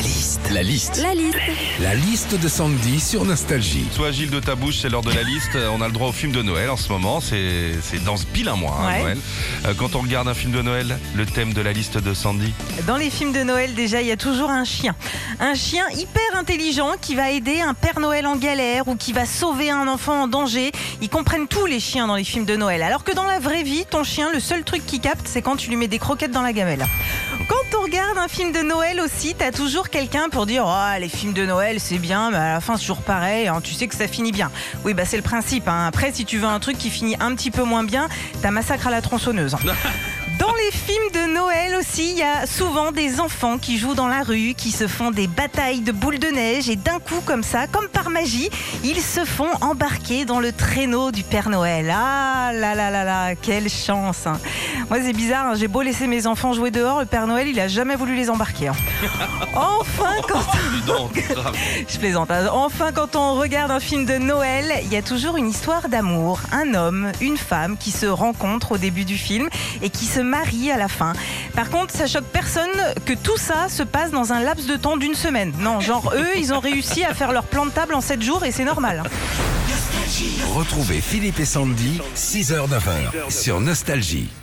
liste. La liste. La liste. La liste de Sandy sur Nostalgie. Soit Gilles de ta bouche, c'est l'heure de la liste. On a le droit au film de Noël en ce moment. C'est dans pile un mois, Ouais. Noël. Quand on regarde un film de Noël, le thème de la liste de Sandy. Dans les films de Noël, déjà, il y a toujours un chien. Un chien hyper intelligent qui va aider un Père Noël en galère ou qui va sauver un enfant en danger. Ils comprennent tous les chiens dans les films de Noël. Alors que dans la vraie vie, ton chien, le seul truc qu'il capte, c'est quand tu lui mets des croquettes dans la gamelle. Quand on regarde un film de Noël aussi, t'as toujours quelqu'un pour dire « Oh, les films de Noël, c'est bien, mais à la fin, c'est toujours pareil, hein, tu sais que ça finit bien. » Oui, bah c'est le principe. Hein. Après, si tu veux un truc qui finit un petit peu moins bien, t'as Massacre à la tronçonneuse. Dans les films de Noël aussi, il y a souvent des enfants qui jouent dans la rue, qui se font des batailles de boules de neige et d'un coup comme ça, comme par magie, ils se font embarquer dans le traîneau du Père Noël. Ah là là là là, quelle chance hein. Moi c'est bizarre, hein, j'ai beau laisser mes enfants jouer dehors, le Père Noël il a jamais voulu les embarquer. Hein. Enfin quand... Je plaisante. Enfin, quand on regarde un film de Noël, il y a toujours une histoire d'amour. Un homme, une femme qui se rencontrent au début du film et qui se marient à la fin. Par contre, ça choque personne que tout ça se passe dans un laps de temps d'1 semaine. Non, genre eux, ils ont réussi à faire leur plan de table en 7 jours et c'est normal. Retrouvez Philippe et Sandy, 6h-9h sur Nostalgie.